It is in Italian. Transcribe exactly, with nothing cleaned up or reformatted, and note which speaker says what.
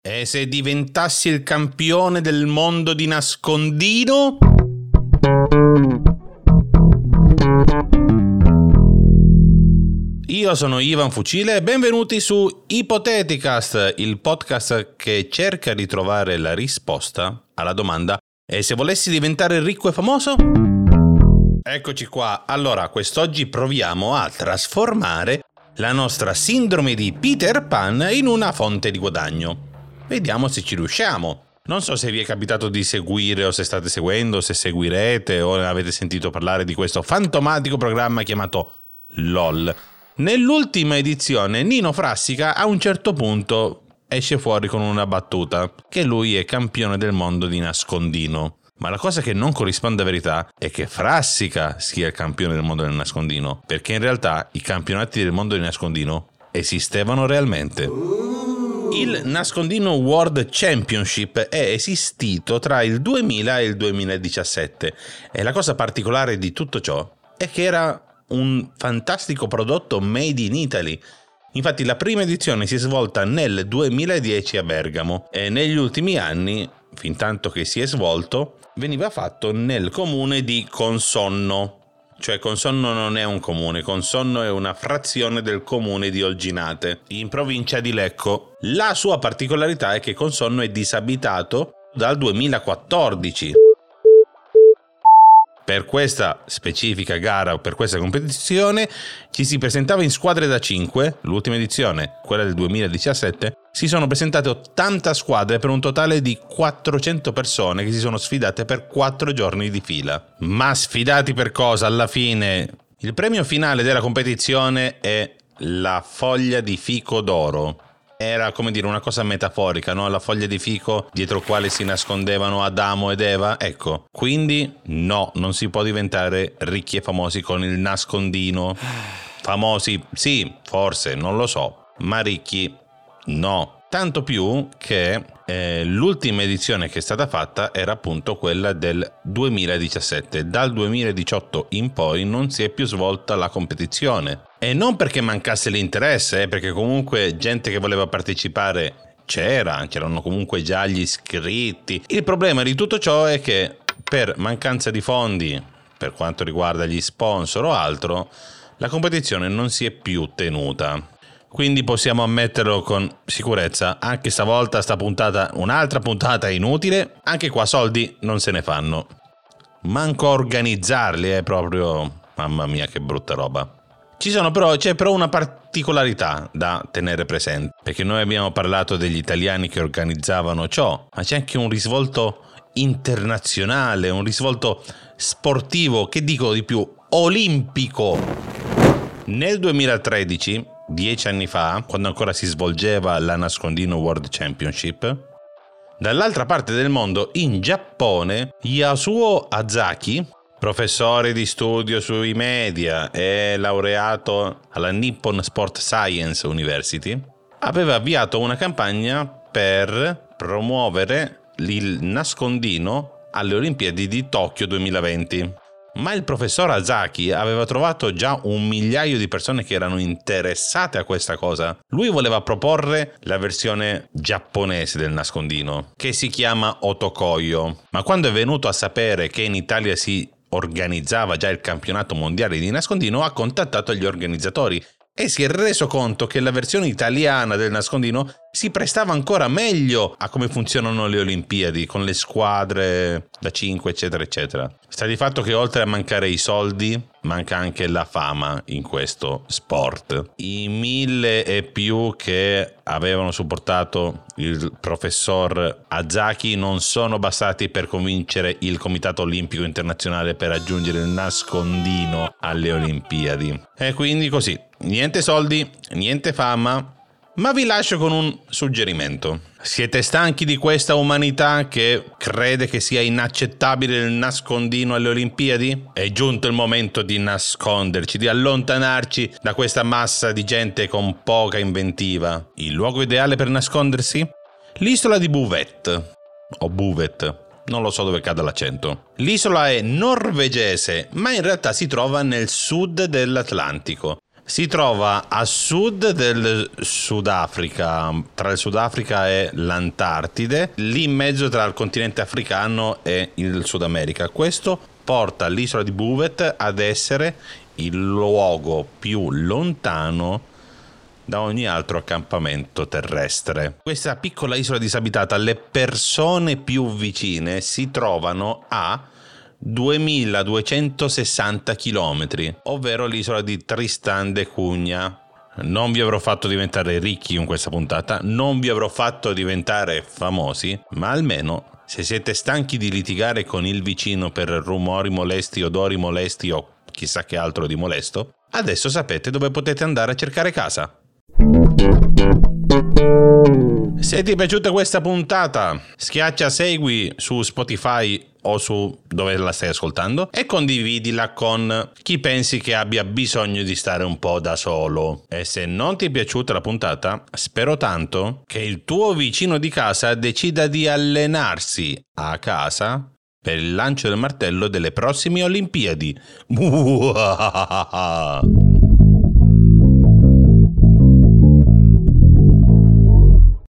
Speaker 1: E se diventassi il campione del mondo di nascondino? Io sono Ivan Fucile e benvenuti su Ipoteticast, il podcast che cerca di trovare la risposta alla domanda: e se volessi diventare ricco e famoso? Eccoci qua. Allora, quest'oggi proviamo a trasformare la nostra sindrome di Peter Pan in una fonte di guadagno. Vediamo se ci riusciamo. Non so se vi è capitato di seguire o se state seguendo, se seguirete o avete sentito parlare di questo fantomatico programma chiamato LOL. Nell'ultima edizione Nino Frassica a un certo punto esce fuori con una battuta, che lui è campione del mondo di nascondino. Ma la cosa che non corrisponde a verità è che Frassica sia il campione del mondo del nascondino, perché in realtà i campionati del mondo di nascondino esistevano realmente. Il Nascondino World Championship è esistito tra il duemila e il duemiladiciassette e la cosa particolare di tutto ciò è che era un fantastico prodotto made in Italy. Infatti la prima edizione si è svolta nel duemiladieci a Bergamo e negli ultimi anni, fin tanto che si è svolto, veniva fatto nel comune di Consonno. Cioè Consonno non è un comune, Consonno è una frazione del comune di Olginate, in provincia di Lecco. La sua particolarità è che Consonno è disabitato dal duemilaquattordici. Per questa specifica gara o per questa competizione ci si presentava in squadre da cinque, l'ultima edizione, quella del duemiladiciassette, si sono presentate ottanta squadre per un totale di quattrocento persone che si sono sfidate per quattro giorni di fila. Ma sfidati per cosa alla fine? Il premio finale della competizione è la foglia di fico d'oro. Era come dire una cosa metaforica, no? La foglia di fico dietro il quale si nascondevano Adamo ed Eva. Ecco, quindi no, non si può diventare ricchi e famosi con il nascondino. Famosi, sì, forse, non lo so, ma ricchi no. Tanto più che eh, l'ultima edizione che è stata fatta era appunto quella del duemiladiciassette. Dal duemiladiciotto in poi non si è più svolta la competizione. E non perché mancasse l'interesse, eh, perché comunque gente che voleva partecipare c'era, c'erano comunque già gli iscritti. Il problema di tutto ciò è che per mancanza di fondi, per quanto riguarda gli sponsor o altro, la competizione non si è più tenuta. Quindi possiamo ammetterlo con sicurezza, anche stavolta sta puntata, un'altra puntata inutile, anche qua soldi non se ne fanno. Manco organizzarli è proprio, mamma mia che brutta roba. Ci sono però, c'è però una particolarità da tenere presente, perché noi abbiamo parlato degli italiani che organizzavano ciò, ma c'è anche un risvolto internazionale, un risvolto sportivo, che dico di più, olimpico. Nel duemilatredici, dieci anni fa, quando ancora si svolgeva la Nascondino World Championship, dall'altra parte del mondo, in Giappone, Yasuo Azaki, professore di studio sui media e laureato alla Nippon Sport Science University, aveva avviato una campagna per promuovere il nascondino alle Olimpiadi di Tokyo duemilaventi. Ma il professor Azaki aveva trovato già un migliaio di persone che erano interessate a questa cosa. Lui voleva proporre la versione giapponese del nascondino, che si chiama Otokoyo. Ma quando è venuto a sapere che in Italia si organizzava già il campionato mondiale di nascondino, ha contattato gli organizzatori e si è reso conto che la versione italiana del nascondino si prestava ancora meglio a come funzionano le Olimpiadi, con le squadre da cinque eccetera eccetera. Sta di fatto che oltre a mancare i soldi, manca anche la fama in questo sport. I mille e più che avevano supportato il professor Azaki non sono bastati per convincere il Comitato Olimpico Internazionale per aggiungere il nascondino alle Olimpiadi. E quindi così, niente soldi, niente fama. Ma vi lascio con un suggerimento. Siete stanchi di questa umanità che crede che sia inaccettabile il nascondino alle Olimpiadi? È giunto il momento di nasconderci, di allontanarci da questa massa di gente con poca inventiva. Il luogo ideale per nascondersi? L'isola di Bouvet, o Bouvet, non lo so dove cada l'accento. L'isola è norvegese, ma in realtà si trova nel sud dell'Atlantico. Si trova a sud del Sudafrica, tra il Sudafrica e l'Antartide, lì in mezzo tra il continente africano e il Sud America. Questo porta l'isola di Bouvet ad essere il luogo più lontano da ogni altro accampamento terrestre. Questa piccola isola disabitata, le persone più vicine si trovano a duemiladuecentosessanta chilometri, ovvero l'isola di Tristan da Cunha. Non vi avrò fatto diventare ricchi con questa puntata, non vi avrò fatto diventare famosi, ma almeno se siete stanchi di litigare con il vicino per rumori molesti, odori molesti o chissà che altro di molesto, adesso sapete dove potete andare a cercare casa. Se ti è piaciuta questa puntata, schiaccia segui su Spotify o su dove la stai ascoltando e condividila con chi pensi che abbia bisogno di stare un po' da solo. E se non ti è piaciuta la puntata, spero tanto che il tuo vicino di casa decida di allenarsi a casa per il lancio del martello delle prossime Olimpiadi.